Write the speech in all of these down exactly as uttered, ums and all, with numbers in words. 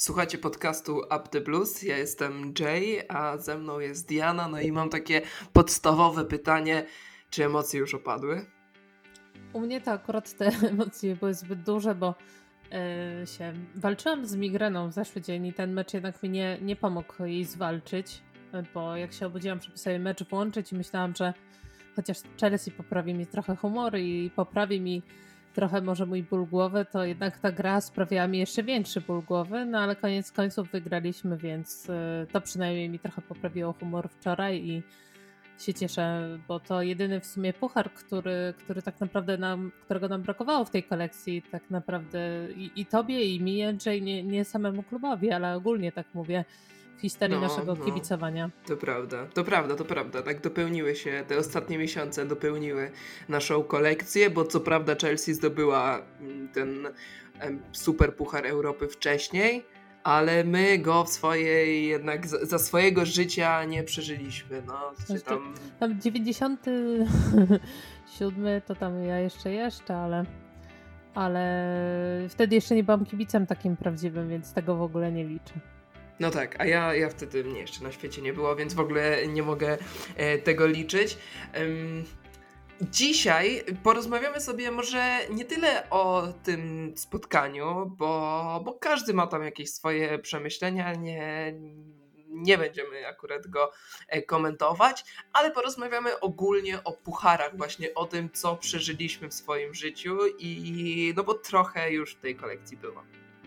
Słuchajcie podcastu Up the Blues, ja jestem Jay, a ze mną jest Diana, no i mam takie podstawowe pytanie, czy emocje już opadły? U mnie to akurat te emocje były zbyt duże, bo yy, się walczyłam z migreną w zeszły dzień i ten mecz jednak mi nie, nie pomógł jej zwalczyć, bo jak się obudziłam, żeby sobie mecz włączyć i myślałam, że chociaż Chelsea poprawi mi trochę humor i poprawi mi trochę może mój ból głowy, to jednak ta gra sprawiała mi jeszcze większy ból głowy, no ale koniec końców wygraliśmy, więc yy, to przynajmniej mi trochę poprawiło humor wczoraj i się cieszę, bo to jedyny w sumie puchar, który, który tak naprawdę nam, którego nam brakowało w tej kolekcji, tak naprawdę i, i tobie, i mi, Jay, nie, nie samemu klubowi, ale ogólnie tak mówię, w historii No, naszego no. kibicowania. To prawda, to prawda, to prawda. Tak dopełniły się, te ostatnie miesiące dopełniły naszą kolekcję, bo co prawda Chelsea zdobyła ten em, super puchar Europy wcześniej, ale my go w swojej, jednak za, za swojego życia nie przeżyliśmy. No, czy tam... Tam dziewięćdziesiąty siódmy to tam ja jeszcze jeszcze, ale ale wtedy jeszcze nie byłam kibicem takim prawdziwym, więc tego w ogóle nie liczę. No tak, a ja, ja wtedy mnie jeszcze na świecie nie było, więc w ogóle nie mogę e, tego liczyć. Ym, dzisiaj porozmawiamy sobie może nie tyle o tym spotkaniu, bo, bo każdy ma tam jakieś swoje przemyślenia, nie, nie będziemy akurat go e, komentować, ale porozmawiamy ogólnie o pucharach, właśnie o tym, co przeżyliśmy w swoim życiu i no bo trochę już w tej kolekcji było.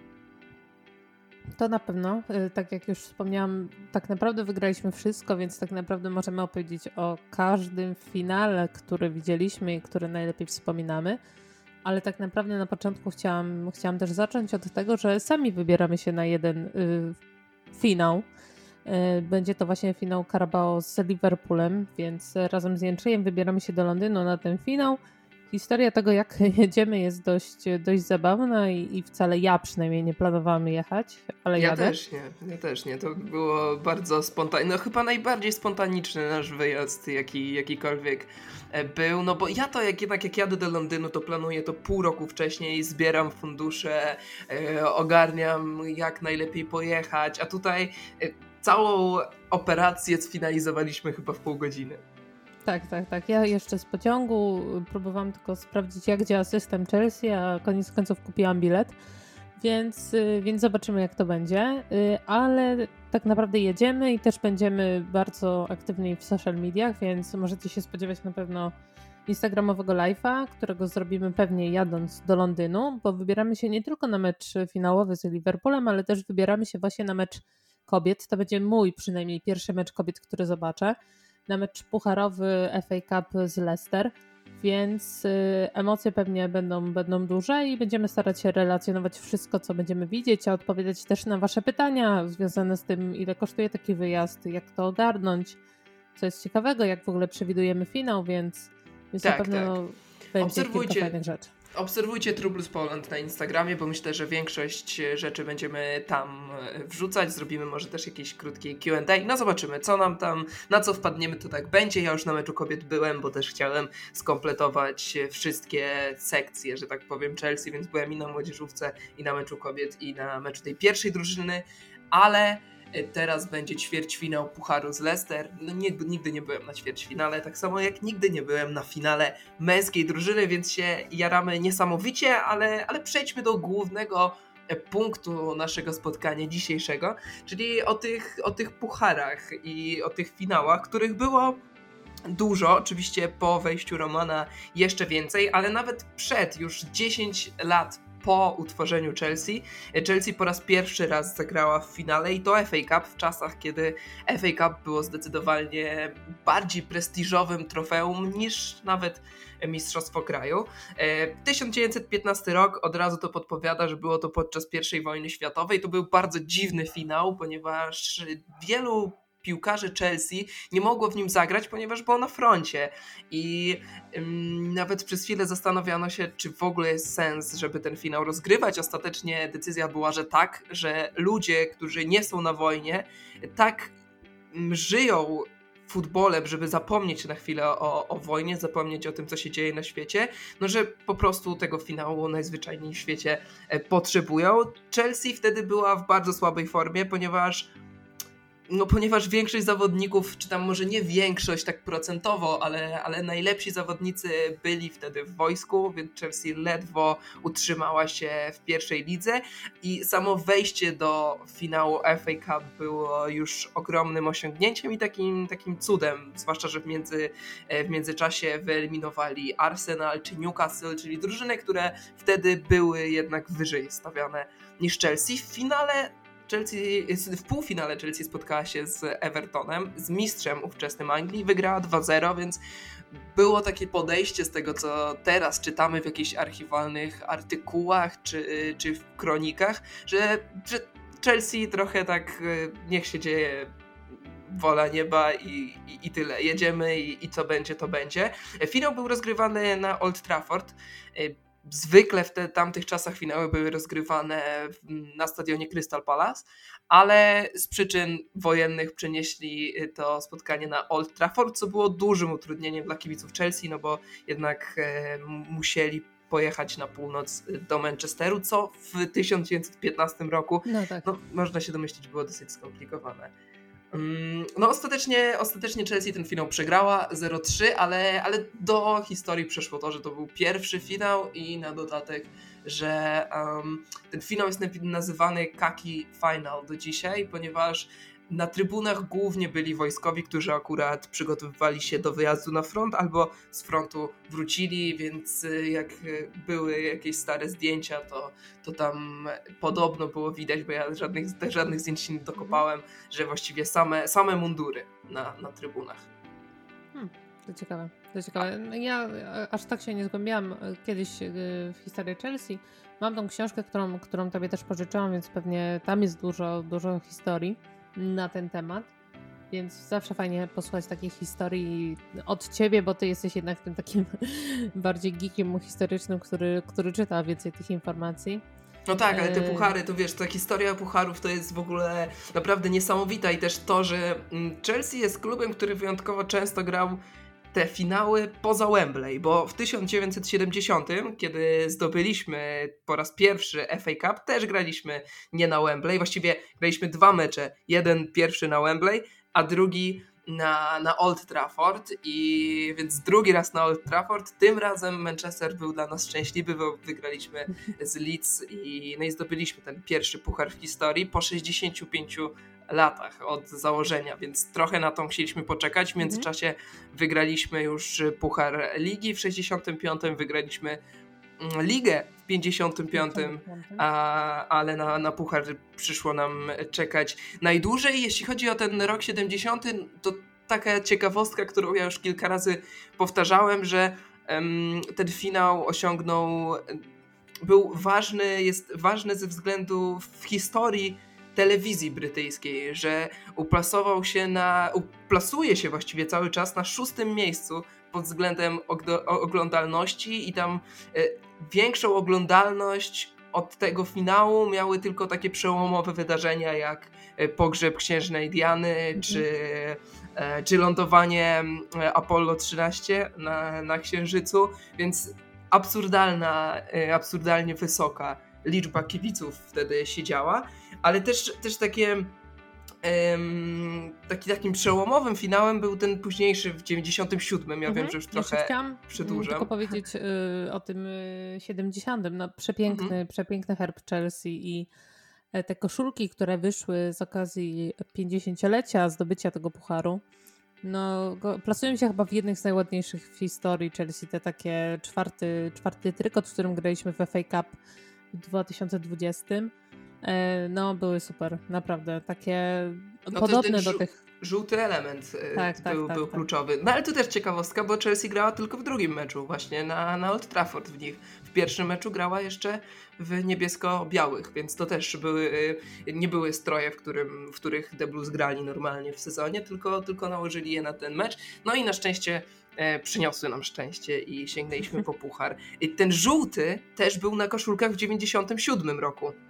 To na pewno, tak jak już wspomniałam, tak naprawdę wygraliśmy wszystko, więc tak naprawdę możemy opowiedzieć o każdym finale, który widzieliśmy i który najlepiej wspominamy, ale tak naprawdę na początku chciałam, chciałam też zacząć od tego, że sami wybieramy się na jeden y, finał. Y, będzie to właśnie finał Carabao z Liverpoolem, więc razem z Jędrzejem wybieramy się do Londynu na ten finał. Historia tego, jak jedziemy, jest dość, dość zabawna i, i wcale ja przynajmniej nie planowałam jechać, ale ja jadę. Ja też nie, ja też nie. To było bardzo spontaniczne. No chyba najbardziej spontaniczny nasz wyjazd, jaki, jakikolwiek był. No bo ja to jak jednak jak jadę do Londynu, to planuję to pół roku wcześniej, zbieram fundusze, e, ogarniam jak najlepiej pojechać, a tutaj e, całą operację sfinalizowaliśmy chyba w pół godziny. Tak, tak, tak. Ja jeszcze z pociągu próbowałam tylko sprawdzić, jak działa system Chelsea, a koniec końców kupiłam bilet, więc, więc zobaczymy, jak to będzie. Ale tak naprawdę jedziemy i też będziemy bardzo aktywni w social mediach, więc możecie się spodziewać na pewno instagramowego live'a, którego zrobimy pewnie jadąc do Londynu, bo wybieramy się nie tylko na mecz finałowy z Liverpoolem, ale też wybieramy się właśnie na mecz kobiet. To będzie mój przynajmniej pierwszy mecz kobiet, który zobaczę. Na mecz pucharowy F A Cup z Leicester, więc y, emocje pewnie będą, będą duże i będziemy starać się relacjonować wszystko, co będziemy widzieć, a odpowiadać też na wasze pytania związane z tym, ile kosztuje taki wyjazd, jak to ogarnąć, co jest ciekawego, jak w ogóle przewidujemy finał, więc, więc tak, na pewno tak. będzie Obserwujcie. kilka fajnych rzeczy. Obserwujcie True Blues Poland na Instagramie, bo myślę, że większość rzeczy będziemy tam wrzucać. Zrobimy może też jakieś krótkie Q and A. No zobaczymy, co nam tam, na co wpadniemy, to tak będzie. Ja już na meczu kobiet byłem, bo też chciałem skompletować wszystkie sekcje, że tak powiem, Chelsea, więc byłem i na młodzieżówce, i na meczu kobiet, i na meczu tej pierwszej drużyny, ale teraz będzie ćwierćfinał Pucharu z Leicester. No nie, nigdy nie byłem na ćwierćfinale, tak samo jak nigdy nie byłem na finale męskiej drużyny, więc się jaramy niesamowicie, ale, ale przejdźmy do głównego punktu naszego spotkania dzisiejszego, czyli o tych, o tych pucharach i o tych finałach, których było dużo, oczywiście po wejściu Romana jeszcze więcej, ale nawet przed, już dziesięć lat po utworzeniu Chelsea, Chelsea po raz pierwszy raz zagrała w finale i to F A Cup w czasach, kiedy F A Cup było zdecydowanie bardziej prestiżowym trofeum niż nawet Mistrzostwo Kraju. tysiąc dziewięćset piętnasty rok, od razu to podpowiada, że było to podczas pierwszej wojny światowej. To był bardzo dziwny finał, ponieważ wielu piłkarzy Chelsea nie mogło w nim zagrać, ponieważ było na froncie i ym, nawet przez chwilę zastanawiano się, czy w ogóle jest sens, żeby ten finał rozgrywać. Ostatecznie decyzja była, że tak, że ludzie, którzy nie są na wojnie, tak ym, żyją futbolem, żeby zapomnieć na chwilę o, o wojnie, zapomnieć o tym, co się dzieje na świecie, no że po prostu tego finału najzwyczajniej w świecie potrzebują. Chelsea wtedy była w bardzo słabej formie, ponieważ No ponieważ większość zawodników, czy tam może nie większość tak procentowo, ale, ale najlepsi zawodnicy byli wtedy w wojsku, więc Chelsea ledwo utrzymała się w pierwszej lidze i samo wejście do finału F A Cup było już ogromnym osiągnięciem i takim, takim cudem, zwłaszcza, że w, między, w międzyczasie wyeliminowali Arsenal czy Newcastle, czyli drużyny, które wtedy były jednak wyżej stawiane niż Chelsea. W finale Chelsea, w półfinale Chelsea spotkała się z Evertonem, z mistrzem ówczesnym Anglii, wygrała dwa zero, więc było takie podejście z tego, co teraz czytamy w jakichś archiwalnych artykułach czy, czy w kronikach, że, że Chelsea trochę tak niech się dzieje wola nieba i, i, i tyle. Jedziemy i, i co będzie, to będzie. Finał był rozgrywany na Old Trafford. Zwykle w te, tamtych czasach finały były rozgrywane na stadionie Crystal Palace, ale z przyczyn wojennych przenieśli to spotkanie na Old Trafford, co było dużym utrudnieniem dla kibiców Chelsea, no bo jednak e, musieli pojechać na północ do Manchesteru, co w tysiąc dziewięćset piętnastym roku, no, tak. no, można się domyślić, było dosyć skomplikowane. No ostatecznie, ostatecznie Chelsea ten finał przegrała zero trzy, ale, ale do historii przeszło to, że to był pierwszy finał i na dodatek, że um, ten finał jest nazywany Khaki Final do dzisiaj, ponieważ na trybunach głównie byli wojskowi, którzy akurat przygotowywali się do wyjazdu na front albo z frontu wrócili, więc jak były jakieś stare zdjęcia, to, to tam podobno było widać, bo ja żadnych, żadnych zdjęć się nie dokopałem, że właściwie same, same mundury na, na trybunach. Hmm, to ciekawe, to ciekawe. Ja aż tak się nie zgłębiałam kiedyś w historię Chelsea. Mam tą książkę, którą, którą tobie też pożyczyłam, więc pewnie tam jest dużo, dużo historii na ten temat, więc zawsze fajnie posłuchać takiej historii od ciebie, bo ty jesteś jednak tym takim bardziej geekiem historycznym, który, który czyta więcej tych informacji. No tak, ale te puchary, to wiesz, ta historia pucharów to jest w ogóle naprawdę niesamowita i też to, że Chelsea jest klubem, który wyjątkowo często grał te finały poza Wembley, bo w tysiąc dziewięćset siedemdziesiątym, kiedy zdobyliśmy po raz pierwszy F A Cup, też graliśmy nie na Wembley, właściwie graliśmy dwa mecze, jeden pierwszy na Wembley, a drugi na, na Old Trafford i więc drugi raz na Old Trafford, tym razem Manchester był dla nas szczęśliwy, bo wygraliśmy z Leeds i, no i zdobyliśmy ten pierwszy puchar w historii po sześćdziesięciu pięciu latach od założenia, więc trochę na to musieliśmy poczekać. W międzyczasie wygraliśmy już Puchar Ligi, w sześćdziesiątym piątym wygraliśmy Ligę w pięćdziesiątym piątym, a, ale na, na Puchar przyszło nam czekać najdłużej. Jeśli chodzi o ten rok siedemdziesiąty, to taka ciekawostka, którą ja już kilka razy powtarzałem, że um, ten finał osiągnął, był ważny, jest ważny ze względu w historii telewizji brytyjskiej, że uplasował się na, uplasuje się właściwie cały czas na szóstym miejscu pod względem ogdo- oglądalności i tam y, większą oglądalność od tego finału miały tylko takie przełomowe wydarzenia jak y, pogrzeb księżnej Diany mhm. czy, y, czy lądowanie Apollo trzynaście na, na Księżycu, więc absurdalna, y, absurdalnie wysoka liczba kibiców wtedy siedziała, ale też, też takie um, taki, takim przełomowym finałem był ten późniejszy w dziewięćdziesiątym siódmym. Ja mhm. wiem, że już trochę chciałam przedłużam. Tylko powiedzieć y, o tym y, siedemdziesiątym. No, przepiękny, mhm. przepiękny herb Chelsea i te koszulki, które wyszły z okazji pięćdziesięciolecia zdobycia tego pucharu. No, go, plasują się chyba w jednych z najładniejszych w historii Chelsea. Te takie czwarty, czwarty trykot, w którym graliśmy w F A Cup w dwa tysiące dwudziestym. No, były super, naprawdę. Takie no podobne do żół- tych... Żółty element tak, był, tak, był tak, kluczowy. No ale tu też ciekawostka, bo Chelsea grała tylko w drugim meczu właśnie na, na Old Trafford w nich. W pierwszym meczu grała jeszcze w niebiesko-białych, więc to też były, nie były stroje, w, którym, w których The Blues grali normalnie w sezonie, tylko, tylko nałożyli je na ten mecz. No i na szczęście e, przyniosły nam szczęście i sięgnęliśmy po puchar. I ten żółty też był na koszulkach w dziewięćdziesiątym siódmym roku.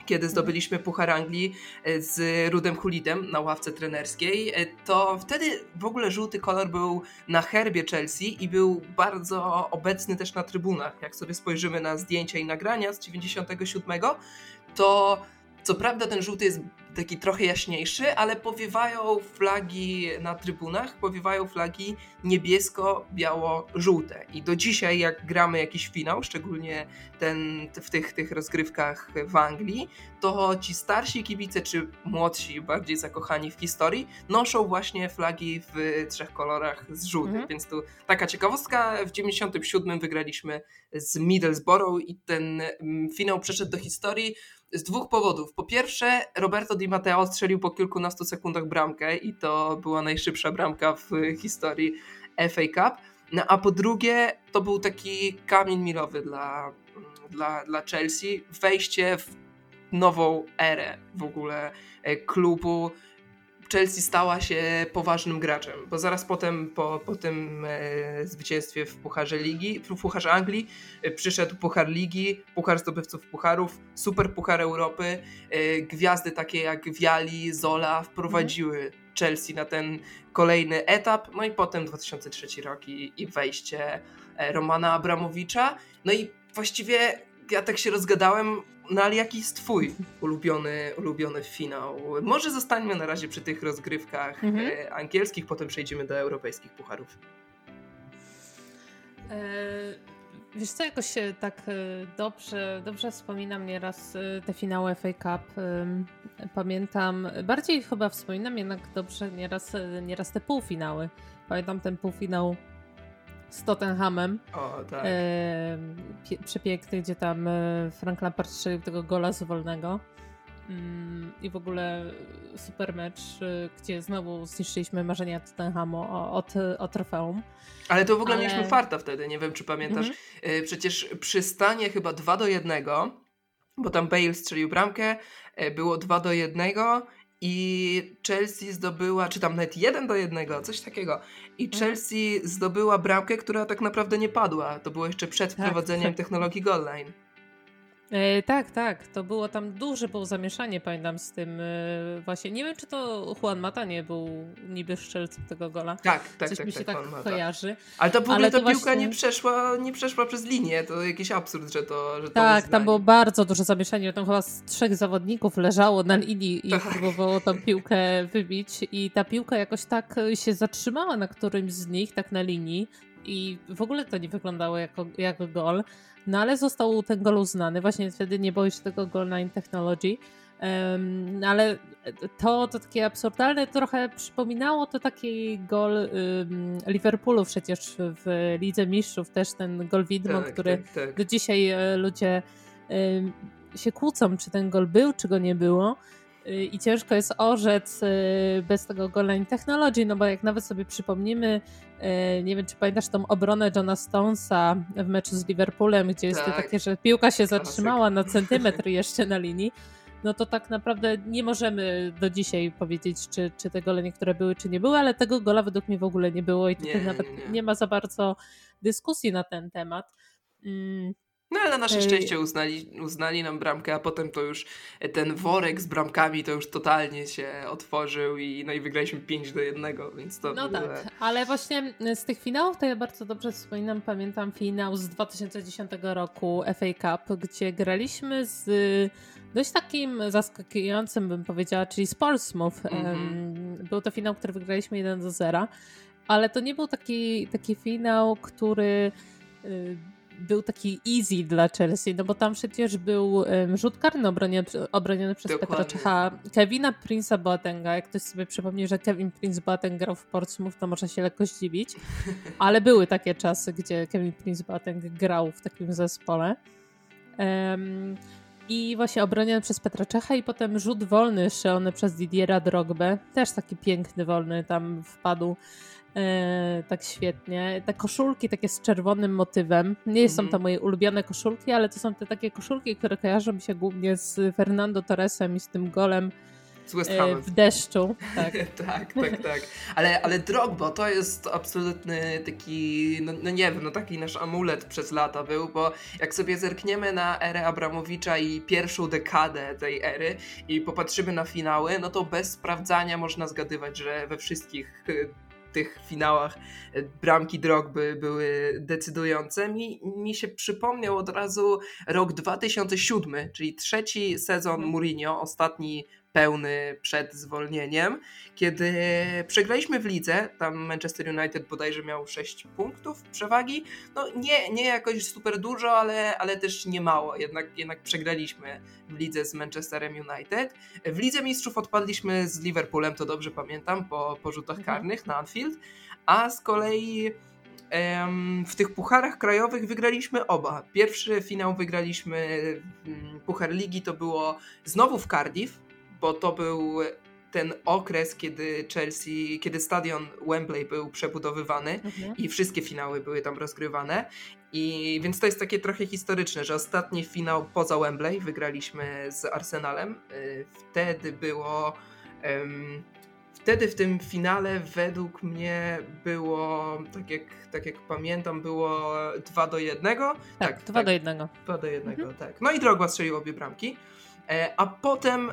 kiedy zdobyliśmy Puchar Anglii z Rudem Hullidem na ławce trenerskiej, to wtedy w ogóle żółty kolor był na herbie Chelsea i był bardzo obecny też na trybunach. Jak sobie spojrzymy na zdjęcia i nagrania z dziewięćdziesiątego siódmego, to co prawda ten żółty jest taki trochę jaśniejszy, ale powiewają flagi na trybunach, powiewają flagi niebiesko-biało-żółte. I do dzisiaj, jak gramy jakiś finał, szczególnie ten w tych, tych rozgrywkach w Anglii, to ci starsi kibice, czy młodsi, bardziej zakochani w historii, noszą właśnie flagi w trzech kolorach z żółtym. Mhm. Więc tu taka ciekawostka, w dziewięćdziesiątym siódmym wygraliśmy z Middlesbrough i ten finał przeszedł do historii z dwóch powodów. Po pierwsze, Roberto Di Matteo strzelił po kilkunastu sekundach bramkę i to była najszybsza bramka w historii F A Cup. No, a po drugie, to był taki kamień milowy dla, dla, dla Chelsea. Wejście w nową erę w ogóle klubu. Chelsea stała się poważnym graczem, bo zaraz potem po, po tym e, zwycięstwie w Pucharze Ligi, w Pucharze Anglii e, przyszedł Puchar Ligi, Puchar Zdobywców Pucharów, Super Puchar Europy. E, gwiazdy takie jak Vialli, Zola wprowadziły mm. Chelsea na ten kolejny etap, no i potem dwa tysiące trzeci rok i, i wejście Romana Abramowicza. No i właściwie ja tak się rozgadałem, no ale jaki jest twój ulubiony, ulubiony finał? Może zostańmy na razie przy tych rozgrywkach mhm. e, angielskich, potem przejdziemy do europejskich pucharów. E, wiesz co, jakoś się tak e, dobrze, dobrze wspominam nieraz e, te finały F A Cup. E, pamiętam, bardziej chyba wspominam jednak dobrze nieraz, nieraz te półfinały. Pamiętam ten półfinał z Tottenhamem. O, tak. E, pie, przepiękny, gdzie tam e, Frank Lampard strzelił tego gola z wolnego. Mm, I w ogóle super mecz, e, gdzie znowu zniszczyliśmy marzenia Tottenhamu o, o, o trofeum. Ale to w ogóle Ale... mieliśmy farta wtedy, nie wiem czy pamiętasz. Mhm. E, przecież przy stanie chyba dwa do jednego, bo tam Bale strzelił bramkę, e, było dwa do jednego i Chelsea zdobyła, czy tam nawet jeden do jednego, coś takiego. I Chelsea zdobyła bramkę, która tak naprawdę nie padła. To było jeszcze przed tak, wprowadzeniem tak. technologii goal line. E, tak, tak. To było tam duże było zamieszanie, pamiętam z tym e, właśnie. Nie wiem, czy to Juan Mata nie był niby strzelcem tego gola. Tak, tak, Coś tak. mi się tak, tak kojarzy. Ale to w ogóle ta piłka właśnie... nie, przeszła, nie przeszła przez linię. To jakiś absurd, że to że Tak, to tam było bardzo duże zamieszanie. Tam chyba z trzech zawodników leżało na linii i tak. próbowało tą piłkę wybić. I ta piłka jakoś tak się zatrzymała na którymś z nich, tak na linii. I w ogóle to nie wyglądało jako, jako gol. No ale został ten gol uznany. Właśnie wtedy nie boję się tego goal line technology. Um, ale to, to takie absurdalne trochę przypominało to taki gol um, Liverpoolu przecież w Lidze Mistrzów. Też ten gol widmo, tak, który tak, tak. do dzisiaj e, ludzie um, się kłócą, czy ten gol był, czy go nie było. I ciężko jest orzec bez tego goal line technology, no bo jak nawet sobie przypomnimy, nie wiem czy pamiętasz tą obronę Johna Stonesa w meczu z Liverpoolem, gdzie jest tak. to takie, że piłka się zatrzymała na centymetr jeszcze na linii, no to tak naprawdę nie możemy do dzisiaj powiedzieć, czy, czy te gole niektóre były, czy nie były, ale tego gola według mnie w ogóle nie było i tutaj nie, nawet nie, nie. nie ma za bardzo dyskusji na ten temat. Mm. No ale na nasze szczęście uznali, uznali nam bramkę, a potem to już ten worek z bramkami to już totalnie się otworzył i no i wygraliśmy pięć do jednego, więc to No ogóle... tak, ale właśnie z tych finałów to ja bardzo dobrze wspominam, pamiętam finał z dwa tysiące dziesiątego roku F A Cup, gdzie graliśmy z dość takim zaskakującym, bym powiedziała, czyli z Portsmouth. Mm-hmm. Był to finał, który wygraliśmy jeden do zera, ale to nie był taki, taki finał, który... był taki easy dla Chelsea, no bo tam przecież był um, rzut karny obroniony, obroniony przez Dokładnie. Petra Czecha, Kevina Prince'a Boatenga. Jak ktoś sobie przypomni, że Kevin Prince Boateng grał w Portsmouth, to może się lekko zdziwić, ale były takie czasy, gdzie Kevin Prince Boateng grał w takim zespole. Um, I właśnie obroniony przez Petra Czecha i potem rzut wolny szalony przez Didiera Drogbę. Też taki piękny wolny tam wpadł. E, tak świetnie. Te koszulki takie z czerwonym motywem. Nie mm-hmm. są to moje ulubione koszulki, ale to są te takie koszulki, które kojarzą mi się głównie z Fernando Torresem i z tym golem z West e, Hamem. w deszczu. Tak, tak, tak, tak. Ale, ale Drogba to jest absolutny taki, no, no nie wiem, no taki nasz amulet przez lata był, bo jak sobie zerkniemy na erę Abramowicza i pierwszą dekadę tej ery i popatrzymy na finały, no to bez sprawdzania można zgadywać, że we wszystkich tych finałach bramki Drogby były decydujące. Mi, mi się przypomniał od razu rok dwa tysiące siódmy, czyli trzeci sezon Mourinho, ostatni pełny przed zwolnieniem, kiedy przegraliśmy w lidze, tam Manchester United bodajże miał sześć punktów przewagi, no nie, nie jakoś super dużo, ale, ale też nie mało, jednak, jednak przegraliśmy w lidze z Manchesterem United. W Lidze Mistrzów odpadliśmy z Liverpoolem, to dobrze pamiętam, po, po rzutach mhm. karnych na Anfield, a z kolei em, w tych pucharach krajowych wygraliśmy oba. Pierwszy finał wygraliśmy Puchar Ligi, to było znowu w Cardiff, bo to był ten okres, kiedy Chelsea, kiedy stadion Wembley był przebudowywany mhm. i wszystkie finały były tam rozgrywane. I więc to jest takie trochę historyczne, że ostatni finał poza Wembley wygraliśmy z Arsenalem. Wtedy było... Um, wtedy w tym finale według mnie było, tak jak, tak jak pamiętam, było dwa do jednego. Tak, tak dwa do jednego. dwa do jednego, mhm. tak. No i Drogba strzelił obie bramki. A potem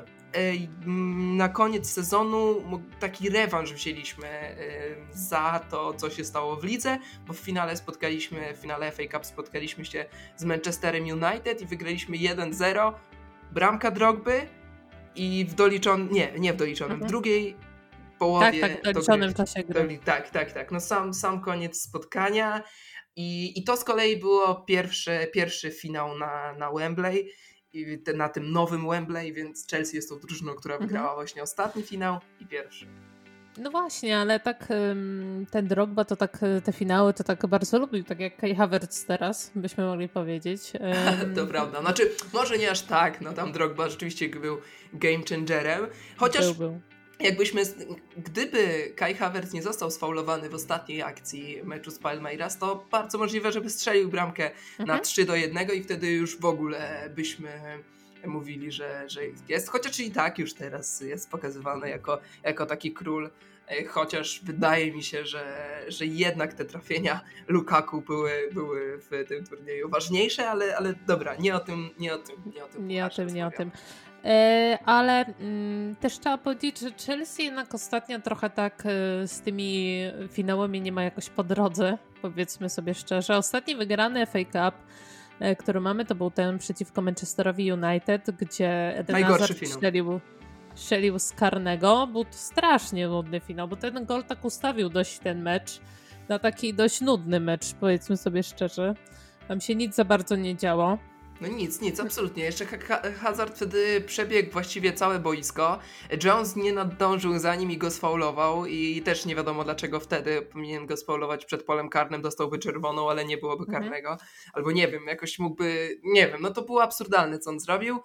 na koniec sezonu taki rewanż wzięliśmy za to, co się stało w lidze, bo w finale spotkaliśmy, w finale F A Cup spotkaliśmy się z Manchesterem United i wygraliśmy jeden zero, bramka Drogby i w doliczonym, nie, nie w doliczonym, mhm. w drugiej połowie. Tak, tak, w doliczonym czasie gry. Doli, tak, tak, tak, no sam, sam koniec spotkania i, i to z kolei było pierwszy, pierwszy finał na, na Wembley, i te, na tym nowym Wembley, więc Chelsea jest tą drużyną, która wygrała mhm. właśnie ostatni finał i pierwszy. No właśnie, ale tak ten Drogba to tak, te finały to tak bardzo lubił, tak jak Kai Havertz teraz, byśmy mogli powiedzieć. To prawda, znaczy może nie aż tak, no tam Drogba rzeczywiście był game changerem, chociaż był, był. Jakbyśmy, gdyby Kai Havertz nie został sfaulowany w ostatniej akcji meczu z Palmeiras, to bardzo możliwe, żeby strzelił bramkę mhm. na trzy do jednego i wtedy już w ogóle byśmy mówili, że, że jest. Chociaż i tak już teraz jest pokazywany jako, jako taki król, chociaż wydaje mi się, że, że jednak te trafienia Lukaku były, były w tym turnieju ważniejsze, ale, ale dobra, nie o tym, nie o tym, nie o tym. Nie o tym, nie o tym. E, ale mm, też trzeba powiedzieć, że Chelsea jednak ostatnio trochę tak e, z tymi finałami nie ma jakoś po drodze, powiedzmy sobie szczerze. Ostatni wygrany F A Cup, e, który mamy, to był ten przeciwko Manchesterowi United, gdzie Eden Hazard strzelił, strzelił z karnego. Był to strasznie nudny finał, bo ten gol tak ustawił dość ten mecz na taki dość nudny mecz, powiedzmy sobie szczerze. Tam się nic za bardzo nie działo. No nic, nic, absolutnie. Jeszcze Hazard wtedy przebiegł właściwie całe boisko. Jones nie nadążył za nim i go sfaulował i też nie wiadomo dlaczego wtedy powinien go sfaulować przed polem karnym, dostałby czerwoną, ale nie byłoby karnego. Mhm. Albo nie wiem, jakoś mógłby, nie wiem, no to było absurdalne, co on zrobił.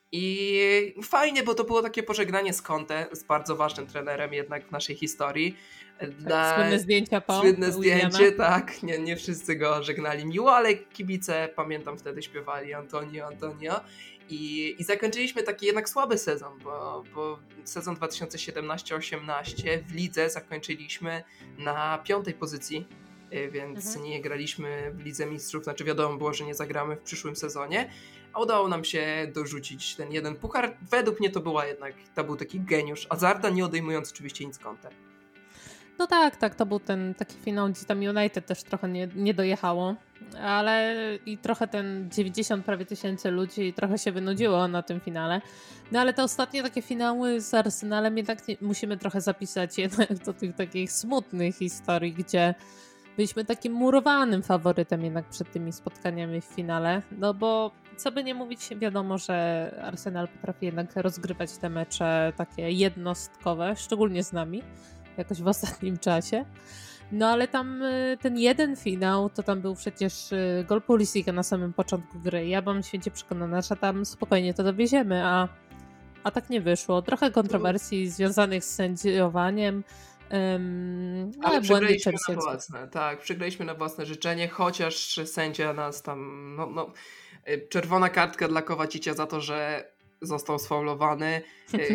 I fajnie, bo to było takie pożegnanie z Conte, z bardzo ważnym trenerem jednak w naszej historii. Tak, słynne zdjęcia po Słynne zdjęcie, tak. Nie, nie wszyscy go żegnali miło, ale kibice, pamiętam, wtedy śpiewali Antonio, Antonio. I, i zakończyliśmy taki jednak słaby sezon, bo, bo sezon dwa tysiące siedemnaście osiemnaście w lidze zakończyliśmy na piątej pozycji, więc mhm. nie graliśmy w Lidze Mistrzów, znaczy wiadomo było, że nie zagramy w przyszłym sezonie, a udało nam się dorzucić ten jeden puchar. Według mnie to była jednak, to był taki geniusz Hazarda, nie odejmując oczywiście nic Conte. No tak, tak, to był ten taki finał, gdzie tam United też trochę nie, nie dojechało, ale i trochę ten dziewięćdziesiąt prawie tysięcy ludzi trochę się wynudziło na tym finale. No ale te ostatnie takie finały z Arsenalem jednak nie, musimy trochę zapisać jednak do tych takich smutnych historii, gdzie byliśmy takim murowanym faworytem jednak przed tymi spotkaniami w finale, no bo co by nie mówić, wiadomo, że Arsenal potrafi jednak rozgrywać te mecze takie jednostkowe, szczególnie z nami, jakoś w ostatnim czasie. No ale tam ten jeden finał, to tam był przecież gol Pulisic'a na samym początku gry. Ja byłam święcie przekonana, że tam spokojnie to dowieziemy, a, a tak nie wyszło. Trochę kontrowersji związanych z sędziowaniem. Um, ale przegraliśmy na własne, tak, przegraliśmy na własne życzenie, chociaż sędzia nas tam, no, no czerwona kartka dla Kowacicia za to, że został sfaulowany.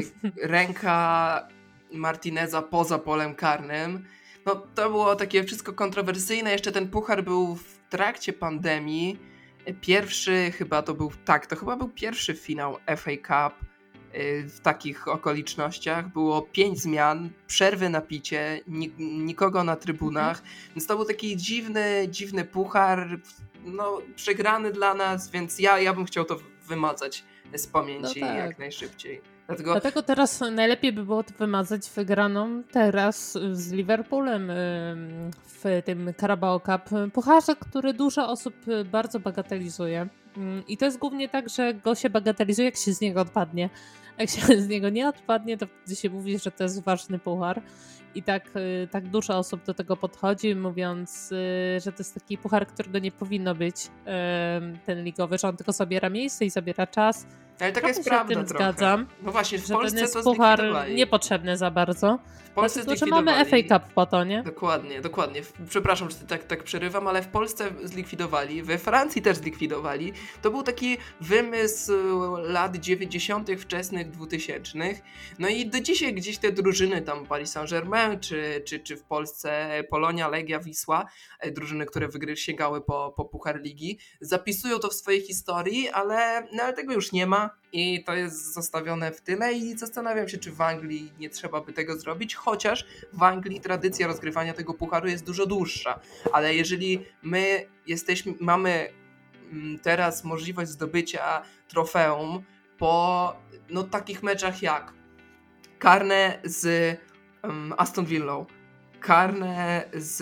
Ręka Martineza poza polem karnym. No to było takie wszystko kontrowersyjne. Jeszcze ten puchar był w trakcie pandemii. Pierwszy chyba to był, tak, to chyba był pierwszy finał F A Cup w takich okolicznościach. Było pięć zmian, przerwy na picie, nikogo na trybunach, więc to był taki dziwny, dziwny puchar, no przegrany dla nas, więc ja, ja bym chciał to wymazać z pamięci no tak. jak najszybciej. Dlatego... Dlatego teraz najlepiej by było to wymazać wygraną teraz z Liverpoolem w tym Carabao Cup pucharze, który dużo osób bardzo bagatelizuje. I to jest głównie tak, że go się bagatelizuje, jak się z niego odpadnie. Jak się z niego nie odpadnie, to wtedy się mówi, że to jest ważny puchar. I tak, tak dużo osób do tego podchodzi, mówiąc, że to jest taki puchar, którego nie powinno być, ten ligowy, że on tylko zabiera miejsce i zabiera czas. Ale taka jest prawda tym trochę. Zgadzam, no właśnie, w że Polsce ten jest to puchar zlikwidowali. Niepotrzebny za bardzo. W Polsce Dlatego, że mamy F A Cup po to, nie? Dokładnie, dokładnie. Przepraszam, że tak, tak przerywam, ale w Polsce zlikwidowali, we Francji też zlikwidowali. To był taki wymysł lat dziewięćdziesiątych, wczesnych dwutysięcznych. No i do dzisiaj gdzieś te drużyny, tam Paris Saint-Germain, czy, czy, czy w Polsce Polonia, Legia, Wisła, drużyny, które wygry, sięgały po, po Puchar Ligi, zapisują to w swojej historii, ale, no, ale tego już nie ma. I to jest zostawione w tyle i zastanawiam się, czy w Anglii nie trzeba by tego zrobić, chociaż w Anglii tradycja rozgrywania tego pucharu jest dużo dłuższa, ale jeżeli my jesteśmy, mamy teraz możliwość zdobycia trofeum po no, takich meczach jak karne z um, Aston Villą, karne z...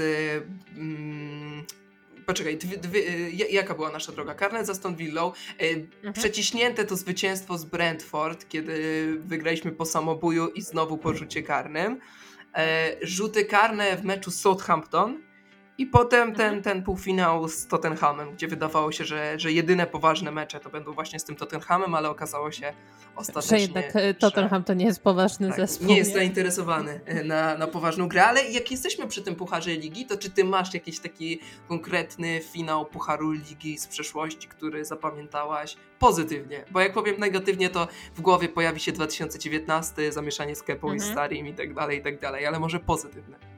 Um, Poczekaj, dwie, dwie, jaka była nasza droga? Karne z Aston Villą, mhm. przeciśnięte to zwycięstwo z Brentford, kiedy wygraliśmy po samobuju i znowu po rzucie karnym, rzuty karne w meczu z Southampton i potem mhm. ten, ten półfinał z Tottenhamem, gdzie wydawało się, że, że jedyne poważne mecze to będą właśnie z tym Tottenhamem, ale okazało się ostatecznie, że jednak Tottenham to nie jest poważny tak, zespół. Nie jest zainteresowany na, na poważną grę, ale jak jesteśmy przy tym Pucharze Ligi, to czy ty masz jakiś taki konkretny finał Pucharu Ligi z przeszłości, który zapamiętałaś pozytywnie? Bo jak powiem negatywnie, to w głowie pojawi się dwa tysiące dziewiętnasty, zamieszanie z Kepą mhm. i Starim i tak dalej, i tak dalej, ale może pozytywne.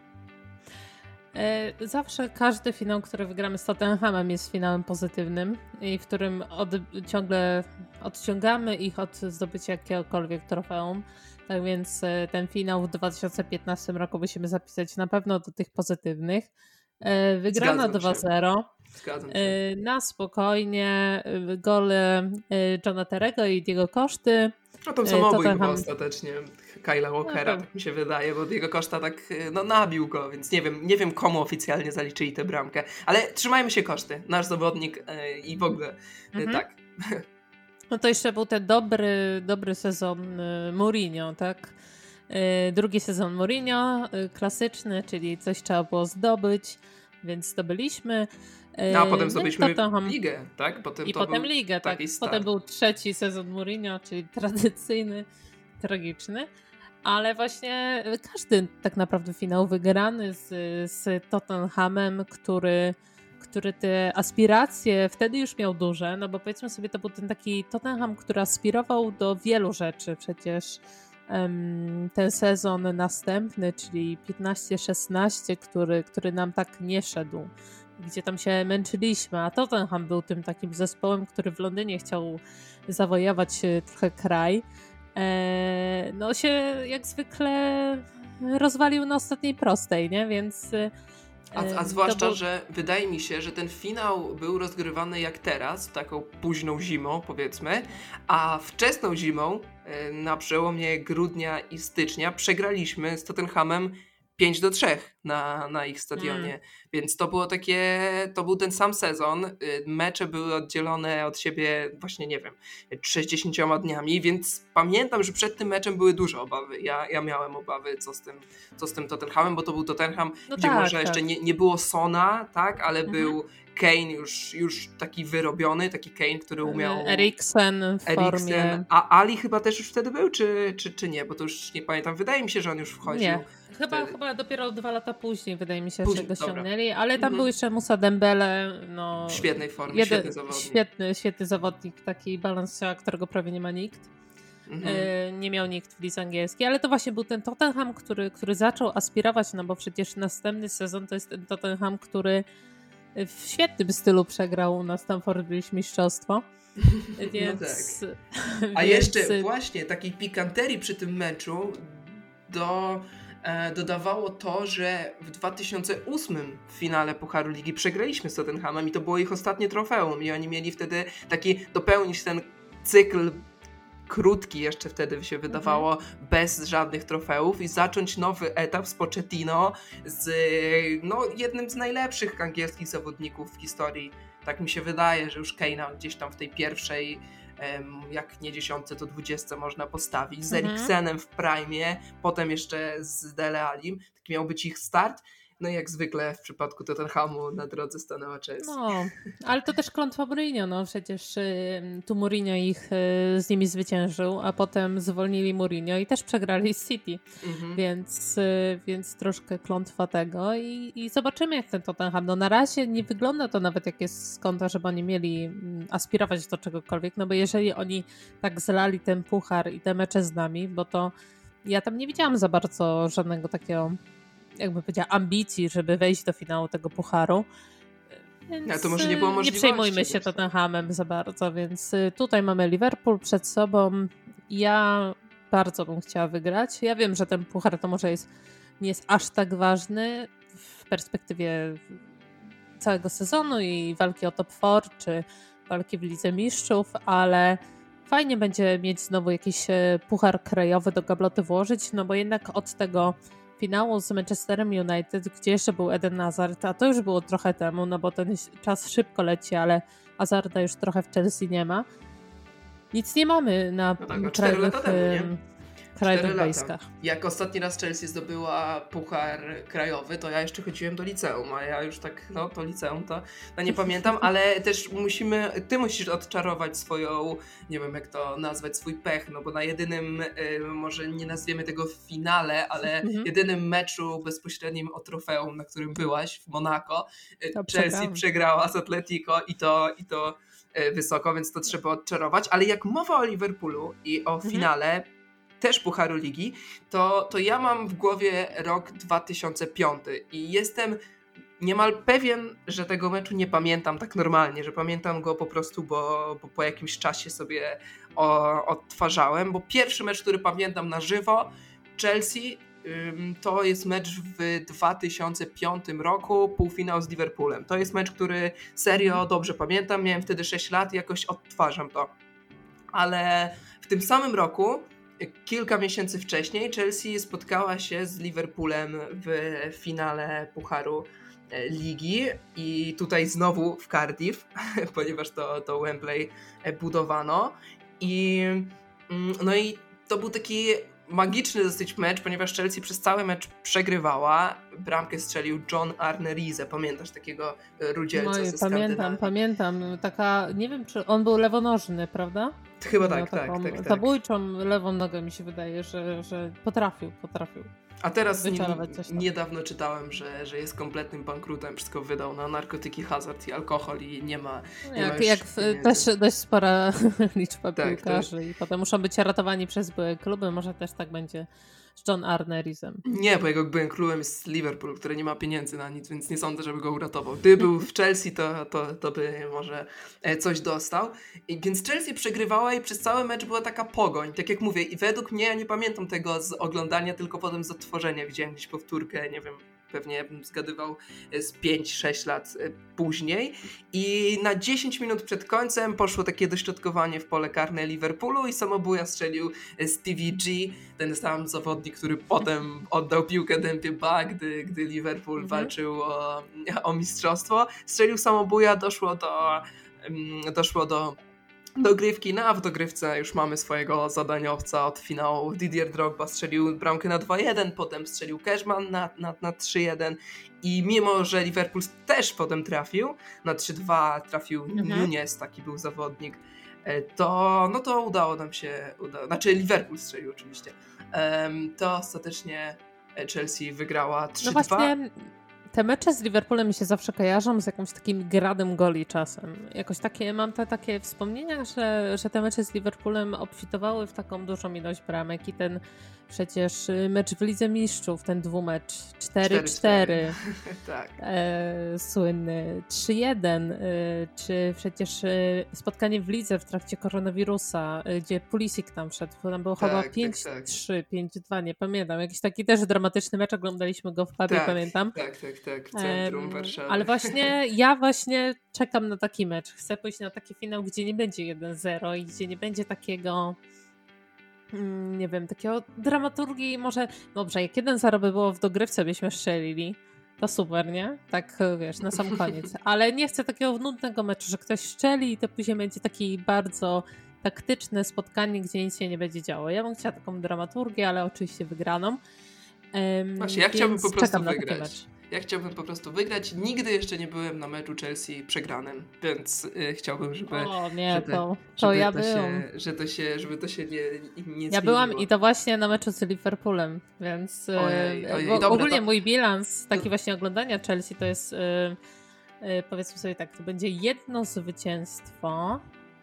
Zawsze każdy finał, który wygramy z Tottenhamem, jest finałem pozytywnym i w którym od, ciągle odciągamy ich od zdobycia jakiegokolwiek trofeum. Tak więc ten finał w dwa tysiące piętnastym roku musimy zapisać na pewno do tych pozytywnych. Wygrana dwa zero. Zgadzam się. Na spokojnie. Gole Johna Terego i Diego Coszty. No to samobój Tottenham... chyba ostatecznie Kyla Walkera, no tak mi się wydaje, bo Diego Costa tak no, nabił go, więc nie wiem, nie wiem komu oficjalnie zaliczyli tę bramkę, ale trzymajmy się Koszty, nasz zawodnik yy, i w ogóle yy, mhm. tak. No to jeszcze był ten dobry, dobry sezon yy, Mourinho, tak? Yy, drugi sezon Mourinho, yy, klasyczny, czyli coś trzeba było zdobyć, więc zdobyliśmy. No, a potem zdobyliśmy Tottenham. ligę, tak? Potem I to potem był ligę, tak. Potem był trzeci sezon Mourinho, czyli tradycyjny, tragiczny. Ale właśnie każdy tak naprawdę finał wygrany z, z Tottenhamem, który, który te aspiracje wtedy już miał duże, no bo powiedzmy sobie, to był ten taki Tottenham, który aspirował do wielu rzeczy. Przecież um, ten sezon następny, czyli piętnaście szesnaście, który, który nam tak nie szedł, gdzie tam się męczyliśmy, a Tottenham był tym takim zespołem, który w Londynie chciał zawojować trochę kraj. Eee, no się jak zwykle rozwalił na ostatniej prostej, nie? Więc... E, a, a zwłaszcza, był... że wydaje mi się, że ten finał był rozgrywany jak teraz, taką późną zimą powiedzmy, a wczesną zimą, e, na przełomie grudnia i stycznia przegraliśmy z Tottenhamem pięć do trzech na, na ich stadionie, mm. więc to było takie, to był ten sam sezon, mecze były oddzielone od siebie właśnie, nie wiem, sześćdziesięcioma dniami, więc pamiętam, że przed tym meczem były duże obawy, ja, ja miałem obawy, co z tym, co z tym Tottenhamem, bo to był Tottenham, no gdzie tak, może tak. jeszcze nie, nie było Sona, tak, ale mhm. był Kane już, już taki wyrobiony, taki Kane, który umiał... Eriksen w formie... Eriksen. A Ali chyba też już wtedy był, czy, czy, czy nie? Bo to już nie pamiętam. Wydaje mi się, że on już wchodził. Nie, chyba, chyba dopiero dwa lata później wydaje mi się, później, że go ściągnęli, ale tam mhm. był jeszcze Musa Dembele. No, w świetnej formie, jeden, świetny zawodnik. Świetny, świetny zawodnik, taki balansa, którego prawie nie ma nikt. Mhm. Nie miał nikt w lidze angielskiej, ale to właśnie był ten Tottenham, który, który zaczął aspirować, no bo przecież następny sezon to jest ten Tottenham, który w świetnym stylu przegrał na Stamford Bridge mistrzostwo. Więc, no tak. A więc... jeszcze właśnie takiej pikanterii przy tym meczu do, e, dodawało to, że w dwa tysiące ósmym w finale Pucharu Ligi przegraliśmy z Tottenhamem i to było ich ostatnie trofeum i oni mieli wtedy taki dopełnić ten cykl krótki jeszcze wtedy się wydawało, mhm. bez żadnych trofeów i zacząć nowy etap z Pochettino, z no, jednym z najlepszych angielskich zawodników w historii. Tak mi się wydaje, że już Kane'a gdzieś tam w tej pierwszej, jak nie dziesiątce, to dwudziestce można postawić. Z mhm. Eriksenem w prime, potem jeszcze z Dele Allim. Taki miał być ich start. No i jak zwykle w przypadku Tottenhamu na drodze stanęła Chelsea. No, ale to też klątwa Mourinho, no przecież y, tu Mourinho ich y, z nimi zwyciężył, a potem zwolnili Mourinho i też przegrali z City, mhm. więc, y, więc troszkę klątwa tego i, i zobaczymy jak ten Tottenham, no na razie nie wygląda to nawet jak jest z kąta, żeby oni mieli aspirować do czegokolwiek, no bo jeżeli oni tak zlali ten puchar i te mecze z nami, bo to ja tam nie widziałam za bardzo żadnego takiego, jakby powiedziała, ambicji, żeby wejść do finału tego pucharu. Więc no, to może nie było możliwości. Nie przejmujmy się Tottenhamem za bardzo, więc tutaj mamy Liverpool przed sobą. Ja bardzo bym chciała wygrać. Ja wiem, że ten puchar to może jest, nie jest aż tak ważny w perspektywie całego sezonu i walki o top cztery, czy walki w Lidze Mistrzów, ale fajnie będzie mieć znowu jakiś puchar krajowy do gabloty włożyć, no bo jednak od tego finału z Manchesterem United, gdzie jeszcze był Eden Hazard, a to już było trochę temu, no bo ten czas szybko leci, ale Hazarda już trochę w Chelsea nie ma. Nic nie mamy na no tak, krajowych, krajowych boiskach. Jak ostatni raz Chelsea zdobyła puchar krajowy, to ja jeszcze chodziłem do liceum, a ja już tak, no to liceum to, to nie pamiętam, ale też musimy, ty musisz odczarować swoją, nie wiem jak to nazwać, swój pech, no bo na jedynym, y, może nie nazwiemy tego w finale, ale mhm. jedynym meczu bezpośrednim o trofeum, na którym byłaś w Monako, y, Chelsea przegrała z Atletico i to, i to y, wysoko, więc to trzeba odczarować, ale jak mowa o Liverpoolu i o mhm. finale, też Pucharu Ligi, to, to ja mam w głowie rok dwa tysiące piąty i jestem niemal pewien, że tego meczu nie pamiętam tak normalnie, że pamiętam go po prostu, bo, bo po jakimś czasie sobie o, odtwarzałem, bo pierwszy mecz, który pamiętam na żywo, Chelsea, ym, to jest mecz w dwa tysiące piątym roku, półfinał z Liverpoolem. To jest mecz, który serio dobrze pamiętam, miałem wtedy sześć lat i jakoś odtwarzam to. Ale w tym samym roku, kilka miesięcy wcześniej, Chelsea spotkała się z Liverpoolem w finale Pucharu Ligi i tutaj znowu w Cardiff, ponieważ to, to Wembley budowano i no i to był taki magiczny dosyć mecz, ponieważ Chelsea przez cały mecz przegrywała. Bramkę strzelił John Arne Riise. Pamiętasz takiego rudzielca no, ze Pamiętam, pamiętam. Taka, nie wiem, czy on był lewonożny, prawda? Chyba tak, tak, tak, tak. Zabójczą lewą nogę mi się wydaje, że, że potrafił, potrafił. A teraz nie, niedawno czytałem, że, że jest kompletnym bankrutem, wszystko wydał na narkotyki, hazard i alkohol i nie ma, nie jak, ma już jak też dość spora liczba tak, piłkarzy to... i potem muszą być ratowani przez byłe kluby, może też tak będzie z John Arne Riisem. Nie, bo jego byłym klubem jest Liverpool, który nie ma pieniędzy na nic, więc nie sądzę, żeby go uratował. Gdyby był w Chelsea, to, to, to by może coś dostał. I, więc Chelsea przegrywała i przez cały mecz była taka pogoń. Tak jak mówię, i według mnie, ja nie pamiętam tego z oglądania, tylko potem z odtworzenia. Widziałem gdzieś powtórkę, nie wiem, pewnie bym zgadywał z pięć sześć lat później i na dziesięć minut przed końcem poszło takie dośrodkowanie w pole karne Liverpoolu i samobuja strzelił Stevie G, ten sam zawodnik, który potem oddał piłkę Dempie Ba, gdy, gdy Liverpool mhm. walczył o, o mistrzostwo. Strzelił samobuja, doszło do doszło do dogrywki, no a w dogrywce już mamy swojego zadaniowca od finału. Didier Drogba strzelił bramkę na dwa jeden, potem strzelił Cashman na, na, na trzy jeden i mimo, że Liverpool też potem trafił, na trzy dwa trafił mhm. Nunes, taki był zawodnik, to, no to udało nam się, uda, znaczy Liverpool strzelił oczywiście, to ostatecznie Chelsea wygrała trzy dwa. No właśnie te mecze z Liverpoolem mi się zawsze kojarzą z jakimś takim gradem goli czasem. Jakoś takie, mam te takie wspomnienia, że, że te mecze z Liverpoolem obfitowały w taką dużą ilość bramek i ten przecież mecz w Lidze Mistrzów, ten dwumecz cztery cztery, tak. e, słynny trzy jeden, e, czy przecież e, spotkanie w Lidze w trakcie koronawirusa, e, gdzie Pulisic tam wszedł, tam było tak, chyba tak, pięć trzy, tak. pięć dwa, nie pamiętam, jakiś taki też dramatyczny mecz, oglądaliśmy go w pubie, tak, pamiętam. Tak, tak, tak, w centrum um, Warszawy. Ale właśnie ja właśnie czekam na taki mecz, chcę pójść na taki finał, gdzie nie będzie jeden zero i gdzie nie będzie takiego nie wiem, takiego dramaturgii może, dobrze, jak jeden zero by było w dogrywce, byśmy strzelili, to super, nie? Tak, wiesz, na sam koniec. Ale nie chcę takiego nudnego meczu, że ktoś strzeli i to później będzie taki bardzo taktyczne spotkanie, gdzie nic się nie będzie działo. Ja bym chciała taką dramaturgię, ale oczywiście wygraną. Um, Właśnie, ja chciałbym po prostu wygrać. Na Ja chciałbym po prostu wygrać. Nigdy jeszcze nie byłem na meczu Chelsea przegranym, więc y, chciałbym, żeby... O nie, żeby, to, to żeby ja to byłam. Się, że to się, żeby to się nie, nie Ja zmieniło. byłam i to właśnie na meczu z Liverpoolem, więc ojej, ojej, bo, dobra, ogólnie to... mój bilans taki właśnie oglądania Chelsea to jest y, y, powiedzmy sobie tak, to będzie jedno zwycięstwo,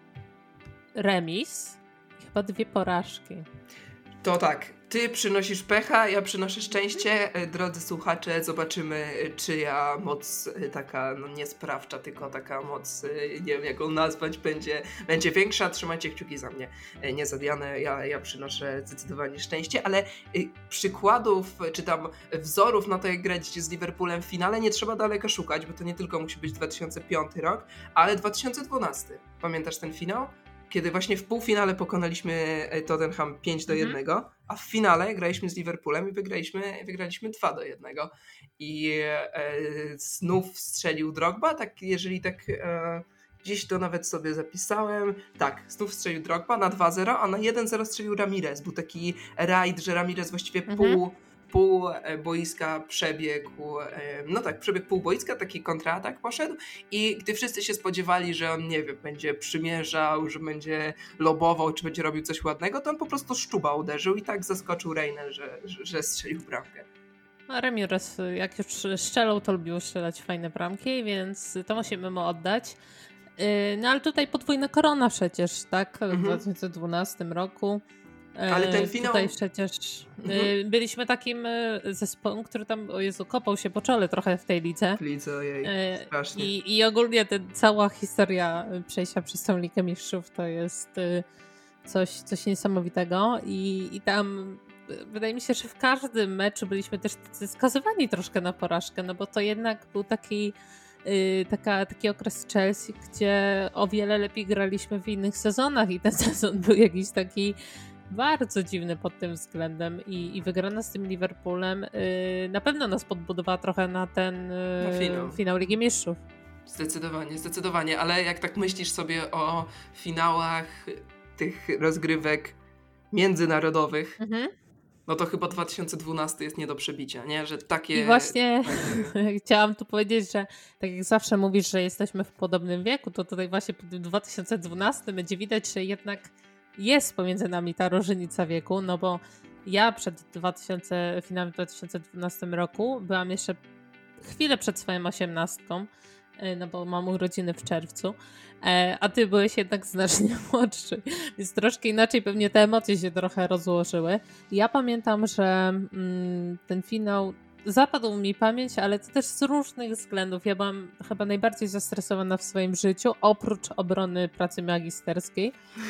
remis i chyba dwie porażki. To tak, ty przynosisz pecha, ja przynoszę szczęście. Drodzy słuchacze, zobaczymy, czyja moc taka, no nie sprawcza, tylko taka moc, nie wiem jak ją nazwać, będzie, będzie większa. Trzymajcie kciuki za mnie, nie za Dianę, ja, ja przynoszę zdecydowanie szczęście, ale przykładów, czy tam wzorów na to, jak grać z Liverpoolem w finale, nie trzeba daleko szukać, bo to nie tylko musi być dwa tysiące piąty rok, ale dwa tysiące dwunasty. Pamiętasz ten finał? Kiedy właśnie w półfinale pokonaliśmy Tottenham pięć do jednego, mm-hmm. a w finale graliśmy z Liverpoolem i wygraliśmy, wygraliśmy dwa do jednego. I e, znów strzelił Drogba, tak jeżeli tak e, gdzieś to nawet sobie zapisałem. Tak, znów strzelił Drogba na dwa zero, a na jeden zero strzelił Ramirez. Był taki rajd, że Ramirez właściwie mm-hmm. pół pół boiska przebiegł, no tak, przebiegł pół boiska, taki kontratak poszedł i gdy wszyscy się spodziewali, że on, nie wiem, będzie przymierzał, że będzie lobował, czy będzie robił coś ładnego, to on po prostu szczuba uderzył i tak zaskoczył Reina, że, że, że strzelił bramkę. A Ramirez, jak już strzelał, to lubił strzelać fajne bramki, więc to musimy mu oddać. No ale tutaj podwójna korona przecież, tak? W mhm. dwa tysiące dwunastym roku. Ale ten finał... Tutaj przecież mhm. byliśmy takim zespołem, który tam, o Jezu, kopał się po czole trochę w tej lidze. W lidze, ojej, strasznie. I, i ogólnie ta cała historia przejścia przez tą Ligę Mistrzów to jest coś, coś niesamowitego i, i tam wydaje mi się, że w każdym meczu byliśmy też skazywani troszkę na porażkę, no bo to jednak był taki Taka, taki okres Chelsea, gdzie o wiele lepiej graliśmy w innych sezonach i ten sezon był jakiś taki bardzo dziwny pod tym względem i, i wygrana z tym Liverpoolem yy, na pewno nas podbudowała trochę na ten yy, na finał. finał Ligi Mistrzów. Zdecydowanie, zdecydowanie, ale jak tak myślisz sobie o finałach tych rozgrywek międzynarodowych, mhm. no to chyba dwa tysiące dwunasty jest nie do przebicia, nie? Że takie... I właśnie chciałam tu powiedzieć, że tak jak zawsze mówisz, że jesteśmy w podobnym wieku, to tutaj właśnie po tym dwa tysiące dwunastym będzie widać, że jednak jest pomiędzy nami ta różnica wieku, no bo ja przed dwa tysiące, finałem dwa tysiące dwunastym roku byłam jeszcze chwilę przed swoją osiemnastką, no bo mam urodziny w czerwcu, a ty byłeś jednak znacznie młodszy, więc troszkę inaczej pewnie te emocje się trochę rozłożyły. Ja pamiętam, że ten finał zapadł mi pamięć, ale to też z różnych względów. Ja byłam chyba najbardziej zestresowana w swoim życiu, oprócz obrony pracy magisterskiej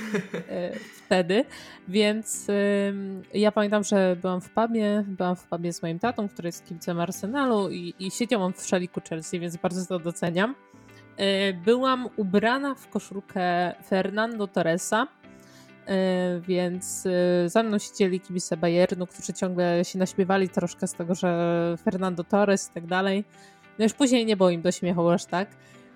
wtedy, więc ja pamiętam, że byłam w pubie, byłam w pubie z moim tatą, który jest kibicem Arsenalu i, i siedziałam w szaliku Chelsea, więc bardzo to doceniam. Byłam ubrana w koszulkę Fernando Torresa, więc za mną siedzieli kibice Bayernu, którzy ciągle się naśmiewali troszkę z tego, że Fernando Torres i tak dalej. No już później nie było im do śmiechu aż tak.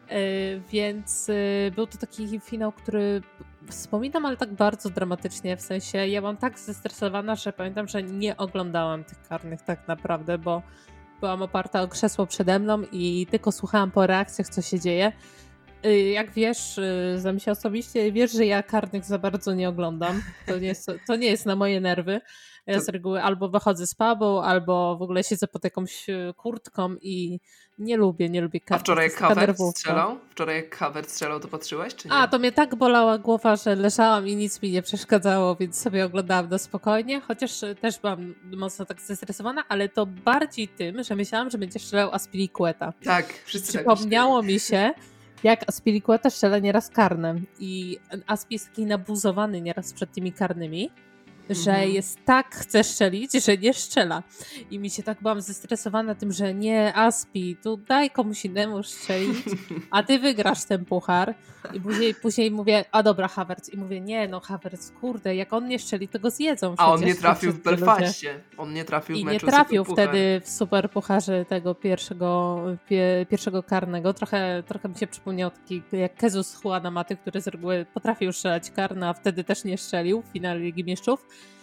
Więc był to taki finał, który wspominam, ale tak bardzo dramatycznie, w sensie ja byłam tak zestresowana, że pamiętam, że nie oglądałam tych karnych tak naprawdę, bo byłam oparta o krzesło przede mną i tylko słuchałam po reakcjach, co się dzieje. Jak wiesz, znam się osobiście, wiesz, że ja karnych za bardzo nie oglądam. To nie jest, to nie jest na moje nerwy. Ja To... z reguły albo wychodzę z pubu, albo w ogóle siedzę pod jakąś kurtką i nie lubię, nie lubię A karty. wczoraj To jak jest taka Havertz nerwówka. strzelał? Wczoraj jak Havertz strzelał, to patrzyłeś, czy nie? A, to mnie tak bolała głowa, że leżałam i nic mi nie przeszkadzało, więc sobie oglądałam na spokojnie, chociaż też byłam mocno tak zestresowana, ale to bardziej tym, że myślałam, że będzie strzelał Azpilicueta. Tak, wszyscy tak Przypomniało mi się, jak Azpilicueta strzela nieraz karne i Aspi jest taki nabuzowany nieraz przed tymi karnymi, że Mhm. jest tak, chce strzelić, że nie strzela. I mi się tak byłam zestresowana tym, że nie, Aspi, tu daj komuś innemu strzelić, a ty wygrasz ten puchar. I później, później mówię, a dobra, Havertz. I mówię, nie no, Havertz, kurde, jak on nie strzeli, to go zjedzą przecież. A on nie trafił w wszyscy ludzie. Belfaście. On nie trafił w I meczu nie trafił Superpuchar. wtedy w Superpucharze tego pierwszego, pie, pierwszego karnego. Trochę, trochę mi się przypomniał taki jak Jesus Juana Maty, który z reguły potrafił strzelać karne, a wtedy też nie strzelił w finale Ligi Mistrzów.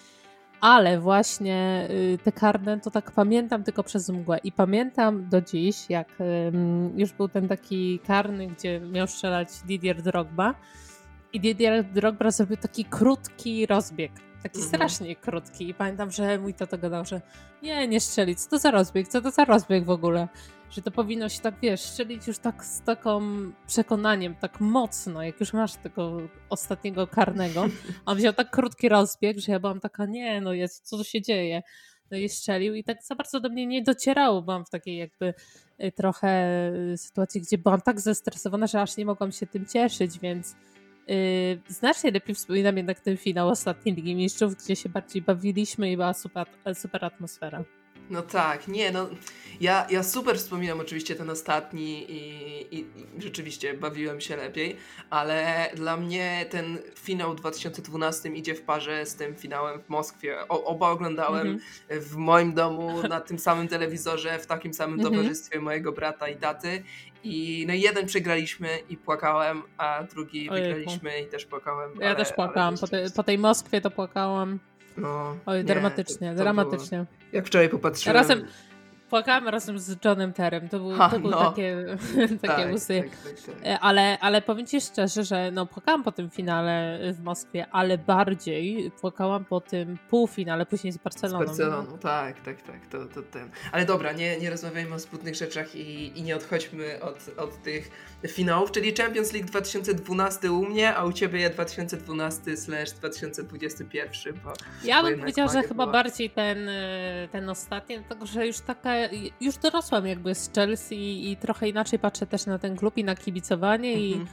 Ale właśnie y, te karne to tak pamiętam tylko przez mgłę. I pamiętam do dziś, jak y, już był ten taki karny, gdzie miał strzelać Didier Drogba. I Didier Drogba zrobił taki krótki rozbieg. Taki Mhm. strasznie krótki. I pamiętam, że mój tato gadał, że nie, nie strzelić. Co to za rozbieg? Co to za rozbieg w ogóle? Że to powinno się tak, wiesz, strzelić już tak z taką przekonaniem, tak mocno, jak już masz tego ostatniego karnego. A on wziął tak krótki rozbieg, że ja byłam taka, nie, no jest, co tu się dzieje? No i strzelił i tak za bardzo do mnie nie docierało. Byłam w takiej jakby y, trochę y, sytuacji, gdzie byłam tak zestresowana, że aż nie mogłam się tym cieszyć, więc Yy, znacznie lepiej wspominam jednak ten finał ostatniej Ligi Mistrzów, gdzie się bardziej bawiliśmy i była super, super atmosfera. No tak, nie, no ja, ja super wspominam oczywiście ten ostatni i, i, i rzeczywiście bawiłem się lepiej, ale dla mnie ten finał w dwa tysiące dwunastym idzie w parze z tym finałem w Moskwie. O, oba oglądałem Mhm. w moim domu, na tym samym telewizorze, w takim samym Mhm. towarzystwie mojego brata i taty i no jeden przegraliśmy i płakałem, a drugi Ojejku. wygraliśmy i też płakałem. Ja ale, też płakałam, ale po, te, po tej Moskwie to płakałam. No, Oj, nie, dramatycznie, to, to dramatycznie. było... Jak wczoraj popatrzyłem... Razem, płakałam razem z Johnem Terrem, to, był, Ha, to były no. takie, takie tak, łzy. tak, tak, tak. E, Ale, ale powiem ci szczerze, że no, płakałam po tym finale w Moskwie, ale bardziej płakałam po tym półfinale później z Z Barceloną. Barceloną, tak, tak, tak, to, to ten. Ale dobra, nie, nie rozmawiajmy o smutnych rzeczach i, i nie odchodźmy od, od tych finałów, czyli Champions League dwa tysiące dwunasty u mnie, a u ciebie dwa tysiące dwunasty slash dwa tysiące dwudziesty pierwszy, bo Ja bo bym jednak powiedziała, że magia chyba była. bardziej ten, y, ten ostatni, dlatego że już taka, już dorosłam jakby z Chelsea i trochę inaczej patrzę też na ten klub i na kibicowanie Mhm. i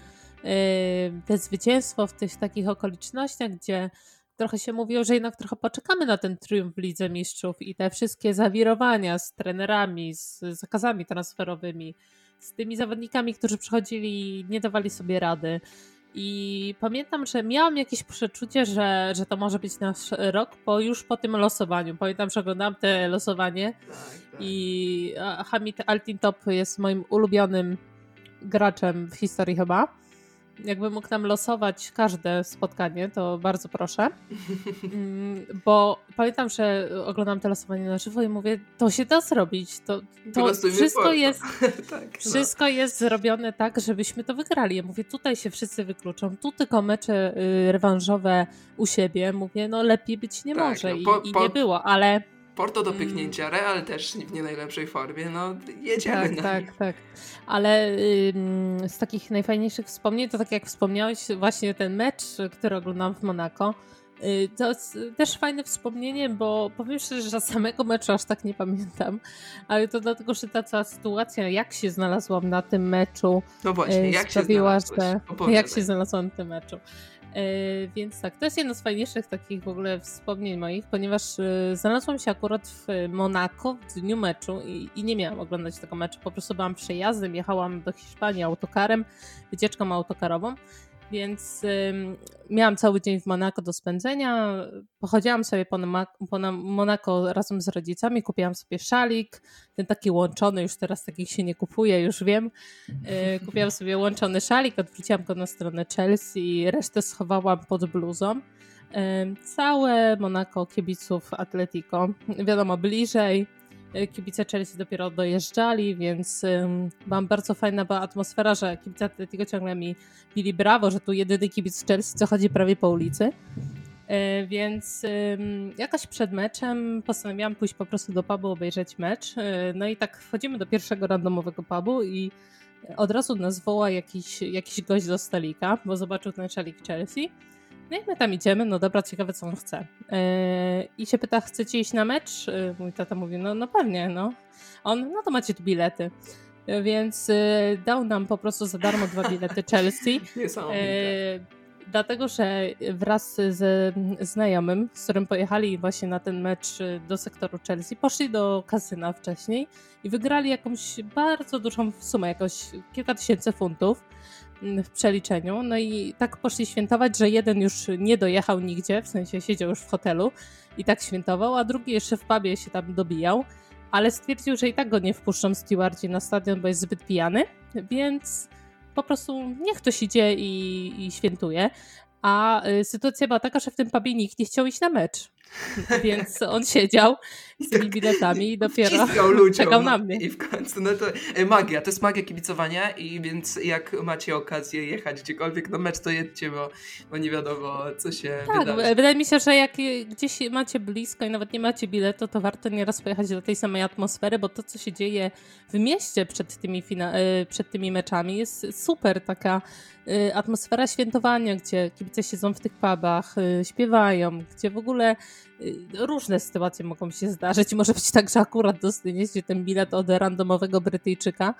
y, te zwycięstwo w tych takich okolicznościach, gdzie trochę się mówiło, że jednak trochę poczekamy na ten triumf w Lidze Mistrzów i te wszystkie zawirowania z trenerami, z zakazami transferowymi, z tymi zawodnikami, którzy przychodzili i nie dawali sobie rady. I pamiętam, że miałam jakieś przeczucie, że, że to może być nasz rok, bo już po tym losowaniu. Pamiętam, że oglądałam te losowanie Tak, tak. i Hamid Altintop jest moim ulubionym graczem w historii chyba. Jakbym mógł nam losować każde spotkanie, to bardzo proszę. Mm, Bo pamiętam, że oglądam to losowanie na żywo i mówię, to się da zrobić. To, to Wylosujmy wszystko Porto. jest tak, no. wszystko jest zrobione tak, żebyśmy to wygrali. Ja mówię, tutaj się wszyscy wykluczą, tu tylko mecze y, rewanżowe u siebie. Mówię, no lepiej być nie Tak, może no, i, po- i po- nie było, ale Porto do Mm. pyknięcia, Real też w nie najlepszej formie, no jedziemy tak, na tak, nich. tak. Ale ym, z takich najfajniejszych wspomnień, to tak jak wspomniałeś, właśnie ten mecz, który oglądałam w Monako, y, to jest też fajne wspomnienie, bo powiem szczerze, że samego meczu aż tak nie pamiętam, ale to dlatego, że ta cała sytuacja, jak się znalazłam na tym meczu, No właśnie, y, jak się sprawiła, znalazłeś? że Opowiadaj. jak się znalazłam na tym meczu. Yy, więc tak, to jest jedno z fajniejszych takich w ogóle wspomnień moich, ponieważ yy, znalazłam się akurat w Monako w dniu meczu i, i nie miałam oglądać tego meczu, po prostu byłam przejazdem, jechałam do Hiszpanii autokarem, wycieczką autokarową, więc yy, miałam cały dzień w Monako do spędzenia, pochodziłam sobie po, Noma- po na- Monako razem z rodzicami, kupiłam sobie szalik, ten taki łączony, już teraz takich się nie kupuje, już wiem. Yy, kupiłam sobie łączony szalik, odwróciłam go na stronę Chelsea, resztę schowałam pod bluzą. Yy, całe Monako kibiców Atletico, wiadomo, bliżej. Yy, Kibice Chelsea dopiero dojeżdżali, więc yy, byłam bardzo fajna była atmosfera, że kibice Atletico ciągle mi bili brawo, że tu jedyny kibic Chelsea, co chodzi prawie po ulicy. Więc jakoś przed meczem postanowiłam pójść po prostu do pubu, obejrzeć mecz. No i tak wchodzimy do pierwszego randomowego pubu i od razu nas woła jakiś, jakiś gość do stolika, bo zobaczył ten szalik Chelsea. No i my tam idziemy, no dobra, ciekawe co on chce. I się pyta, chcecie iść na mecz? Mój tata mówi, no, no pewnie, no. On, no to macie tu bilety. Więc dał nam po prostu za darmo dwa bilety Chelsea. Niesamowite. Dlatego, że wraz z znajomym, z którym pojechali właśnie na ten mecz do sektoru Chelsea, poszli do kasyna wcześniej i wygrali jakąś bardzo dużą sumę, jakoś kilka tysięcy funtów w przeliczeniu. No i tak poszli świętować, że jeden już nie dojechał nigdzie, w sensie siedział już w hotelu i tak świętował, a drugi jeszcze w pubie się tam dobijał, ale stwierdził, że i tak go nie wpuszczą stewardzi na stadion, bo jest zbyt pijany, więc po prostu niech ktoś idzie i, i świętuje. A y, sytuacja była taka, że w tym pubie nikt nie chciał iść na mecz. Więc on siedział z tymi biletami i dopiero ludziom, czekał na mnie. I w końcu, no to e, magia, to jest magia kibicowania i więc jak macie okazję jechać gdziekolwiek na mecz, to jedźcie, bo, bo nie wiadomo, co się tak, wydarzy. Wydaje mi się, że jak gdzieś macie blisko i nawet nie macie biletu, to warto nieraz pojechać do tej samej atmosfery, bo to, co się dzieje w mieście przed tymi, fina- przed tymi meczami, jest super taka atmosfera świętowania, gdzie kibice siedzą w tych pubach, śpiewają, gdzie w ogóle różne sytuacje mogą się zdarzyć. Może być tak, że akurat dostaniecie ten bilet od randomowego Brytyjczyka,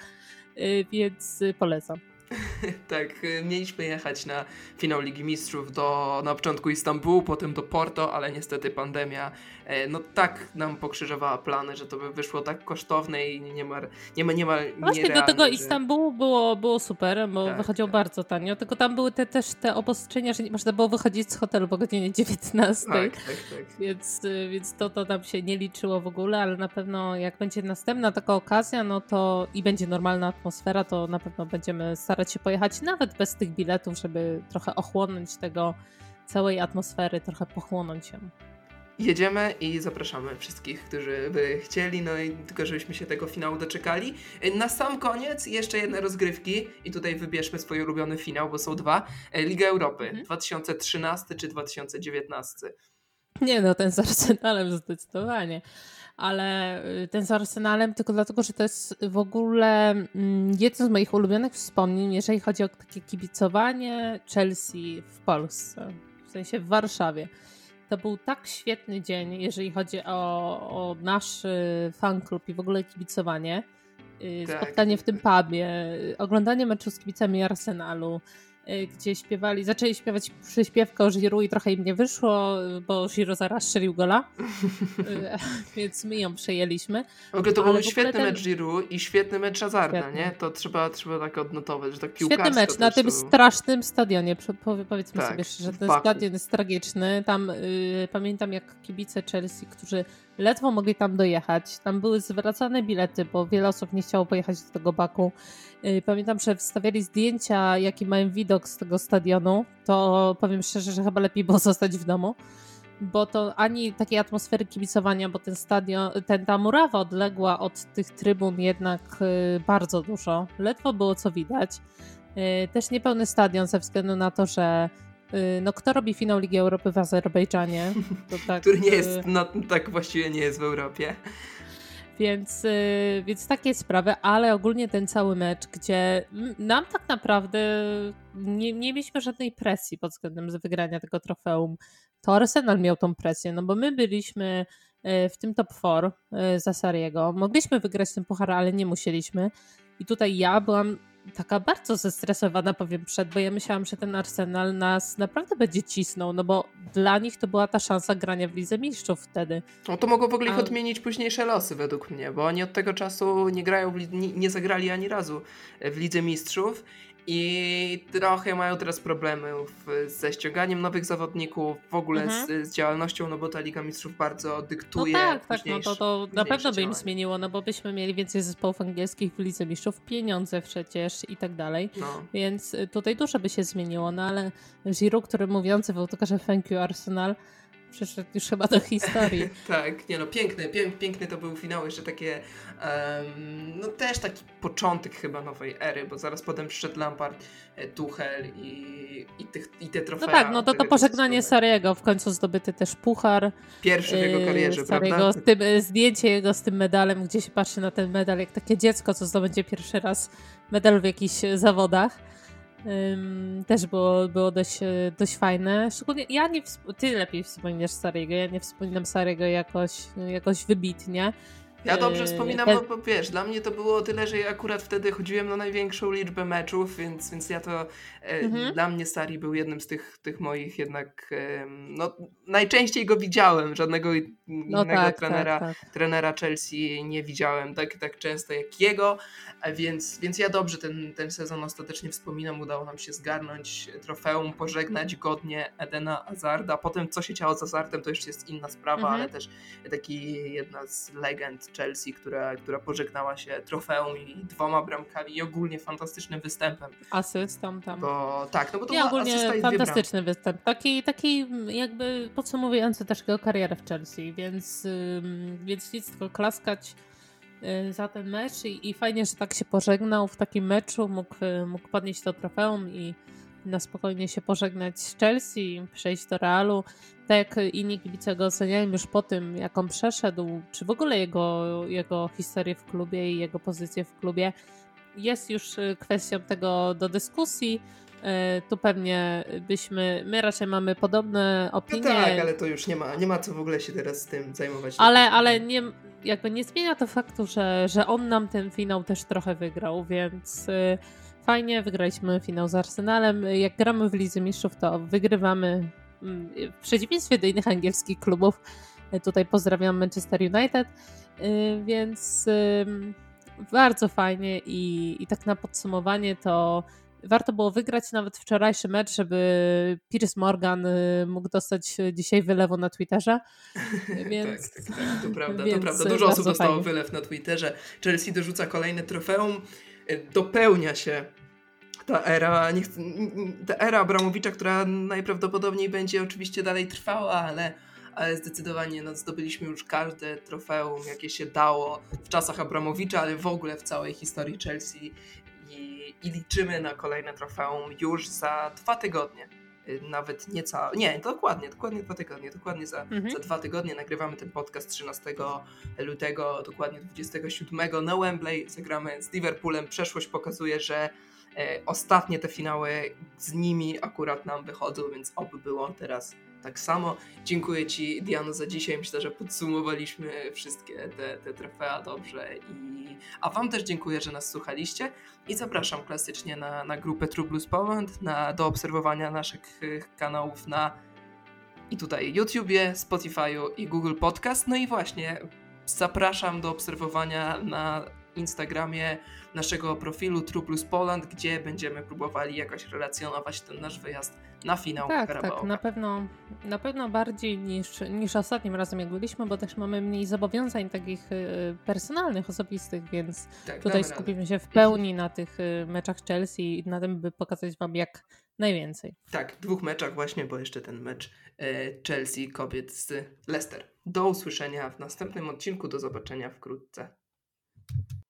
więc polecam. Tak, mieliśmy jechać na finał Ligi Mistrzów do, na początku Istambułu, potem do Porto, ale niestety pandemia no tak nam pokrzyżowała plany, że to by wyszło tak kosztowne i niemal nie ma, nie ma Właśnie do tego że... Istambułu było, było super, bo tak, wychodziło tak. bardzo tanio, tylko tam były te, też te obostrzenia, że nie można było wychodzić z hotelu po godzinie dziewiętnastej, tak, tak, tak. Więc, więc to, to tam się nie liczyło w ogóle, ale na pewno jak będzie następna taka okazja, no to i będzie normalna atmosfera, to na pewno będziemy starać się pojechać nawet bez tych biletów, żeby trochę ochłonąć tego całej atmosfery, trochę pochłonąć ją. Jedziemy i zapraszamy wszystkich, którzy by chcieli, no i tylko żebyśmy się tego finału doczekali. Na sam koniec jeszcze jedne rozgrywki i tutaj wybierzmy swój ulubiony finał, bo są dwa. Liga Europy mhm. dwa tysiące trzynasty czy dwa tysiące dziewiętnasty? Nie no, ten z Arsenalem zdecydowanie. Ale ten z Arsenalem tylko dlatego, że to jest w ogóle jedno z moich ulubionych wspomnień, jeżeli chodzi o takie kibicowanie Chelsea w Polsce, w sensie w Warszawie. To był tak świetny dzień, jeżeli chodzi o, o nasz fanklub i w ogóle kibicowanie. Tak. Spotkanie w tym pubie, oglądanie meczu z kibicami Arsenalu, gdzie śpiewali, zaczęli śpiewać przyśpiewkę o Giroud i trochę im nie wyszło, bo Giroud zaraz strzelił gola, więc my ją przejęliśmy. W ogóle to był świetny ten... mecz Giroud i świetny mecz Hazarda, nie? To trzeba, trzeba tak odnotować, że tak piłkarsko. Świetny mecz na tym był... strasznym stadionie, powiedzmy tak, sobie szczerze, ten stadion jest tragiczny. Tam y, pamiętam jak kibice Chelsea, którzy ledwo mogli tam dojechać, tam były zwracane bilety, bo wiele osób nie chciało pojechać do tego Baku. Pamiętam, że wstawiali zdjęcia, jaki mają widok z tego stadionu, to powiem szczerze, że chyba lepiej było zostać w domu, bo to ani takiej atmosfery kibicowania, bo ten stadion, ten, ta murawa odległa od tych trybun jednak bardzo dużo. Ledwo było co widać. Też niepełny stadion ze względu na to, że no kto robi finał Ligi Europy w Azerbejdżanie? To tak, który nie jest, no tak właściwie nie jest w Europie. Więc, yy, więc takie sprawy, ale ogólnie ten cały mecz, gdzie nam tak naprawdę nie, nie mieliśmy żadnej presji pod względem wygrania tego trofeum. To Arsenal miał tą presję, no bo my byliśmy w tym top cztery za Sarriego. Mogliśmy wygrać ten puchar, ale nie musieliśmy. I tutaj ja byłam taka bardzo zestresowana, powiem przed, bo ja myślałam, że ten Arsenal nas naprawdę będzie cisnął, no bo dla nich to była ta szansa grania w Lidze Mistrzów wtedy. No to mogło w ogóle ich A... odmienić późniejsze losy według mnie, bo oni od tego czasu nie grają, w li- nie, nie zagrali ani razu w Lidze Mistrzów i trochę mają teraz problemów ze ściąganiem nowych zawodników, w ogóle mhm. z, z działalnością, no bo ta Liga Mistrzów bardzo dyktuje. No tak, tak, no to, to na pewno by im zmieniło, no bo byśmy mieli więcej zespołów angielskich w Lidze Mistrzów, pieniądze przecież i tak dalej, no. Więc tutaj dużo by się zmieniło, no ale Giroud, który mówiący w autokarze thank you Arsenal, przeszedł już chyba do historii. Tak, nie no, piękny, pięk, piękny to był finał, jeszcze takie um, no też też taki początek chyba nowej ery, bo zaraz potem przyszedł Lampard, Tuchel i, i, tych, i te trofea. No tak, no to to pożegnanie Sarriego, w końcu zdobyty też puchar. Pierwszy w jego karierze, Sarriego, prawda? Z tym, zdjęcie jego z tym medalem, gdzie się patrzy na ten medal jak takie dziecko, co zdobędzie pierwszy raz medal w jakichś zawodach. Um, też było, było dość, dość fajne. Szczególnie ja nie wsp- ty lepiej wspominasz Sarriego, ja nie wspominam Sarriego jakoś, jakoś wybitnie. Ja dobrze wspominam, bo, bo wiesz, dla mnie to było tyle, że ja akurat wtedy chodziłem na największą liczbę meczów, więc, więc ja to, e, mhm. dla mnie Sarri był jednym z tych, tych moich jednak, e, no najczęściej go widziałem, żadnego innego no tak, trenera, tak, tak. trenera Chelsea nie widziałem tak, tak często jak jego, więc, więc ja dobrze ten, ten sezon ostatecznie wspominam, udało nam się zgarnąć trofeum, pożegnać godnie Edena Hazarda, potem co się działo z Hazardem to już jest inna sprawa, mhm. ale też taki jedna z legend Chelsea, która, która pożegnała się trofeum i dwoma bramkami i ogólnie fantastycznym występem. Asyst tam tam. Bo, tak, no bo to była ogólnie fantastyczny występ. Taki, taki jakby podsumowujący też jego karierę w Chelsea, więc, więc nic tylko klaskać za ten mecz i, i fajnie, że tak się pożegnał w takim meczu, mógł, mógł podnieść to trofeum i na spokojnie się pożegnać z Chelsea, przejść do Realu. Tak jak inni kibice go oceniają już po tym, jak on przeszedł, czy w ogóle jego, jego historię w klubie i jego pozycję w klubie, jest już kwestią tego do dyskusji. Tu pewnie byśmy, my raczej mamy podobne opinie. No tak, ale to już nie ma, nie ma co w ogóle się teraz z tym zajmować. Ale, ale nie, jakby nie zmienia to faktu, że, że on nam ten finał też trochę wygrał, więc fajnie, wygraliśmy finał z Arsenalem. Jak gramy w Lidze Mistrzów, to wygrywamy w przeciwieństwie do innych angielskich klubów. Tutaj pozdrawiam Manchester United, więc bardzo fajnie i, i tak na podsumowanie to warto było wygrać nawet wczorajszy mecz, żeby Piers Morgan mógł dostać dzisiaj wylewu na Twitterze. Więc, tak, tak, tak, to prawda, to prawda. Dużo osób dostało fajnie. wylew na Twitterze. Chelsea dorzuca kolejne trofeum. Dopełnia się ta era, nie chcę, ta era Abramowicza, która najprawdopodobniej będzie oczywiście dalej trwała, ale, ale zdecydowanie no, zdobyliśmy już każde trofeum, jakie się dało w czasach Abramowicza, ale w ogóle w całej historii Chelsea i, i liczymy na kolejne trofeum już za dwa tygodnie. Nawet nieca, nie, dokładnie, dokładnie dwa tygodnie, dokładnie za, mhm. za dwa tygodnie nagrywamy ten podcast trzynastego lutego, dokładnie dwudziestego siódmego na Wembley, zagramy z Liverpoolem, przeszłość pokazuje, że e, ostatnie te finały z nimi akurat nam wychodzą, więc oby było teraz tak samo. Dziękuję Ci, Diano, za dzisiaj. Myślę, że podsumowaliśmy wszystkie te, te trofea dobrze. I... A Wam też dziękuję, że nas słuchaliście i zapraszam klasycznie na, na grupę True Blues Poland, na, do obserwowania naszych kanałów na i tutaj YouTubie, Spotify'u i Google Podcast. No i właśnie zapraszam do obserwowania na Instagramie naszego profilu True Blues Poland, gdzie będziemy próbowali jakoś relacjonować ten nasz wyjazd na finał tak, Carabao. Tak, na pewno, na pewno bardziej niż, niż ostatnim razem jak byliśmy, bo też mamy mniej zobowiązań takich y, personalnych, osobistych, więc tak, tutaj skupimy radę. się w pełni na tych y, meczach Chelsea i na tym, by pokazać Wam jak najwięcej. Tak, dwóch meczach właśnie, bo jeszcze ten mecz y, Chelsea kobiet z Leicester. Do usłyszenia w następnym odcinku, do zobaczenia wkrótce.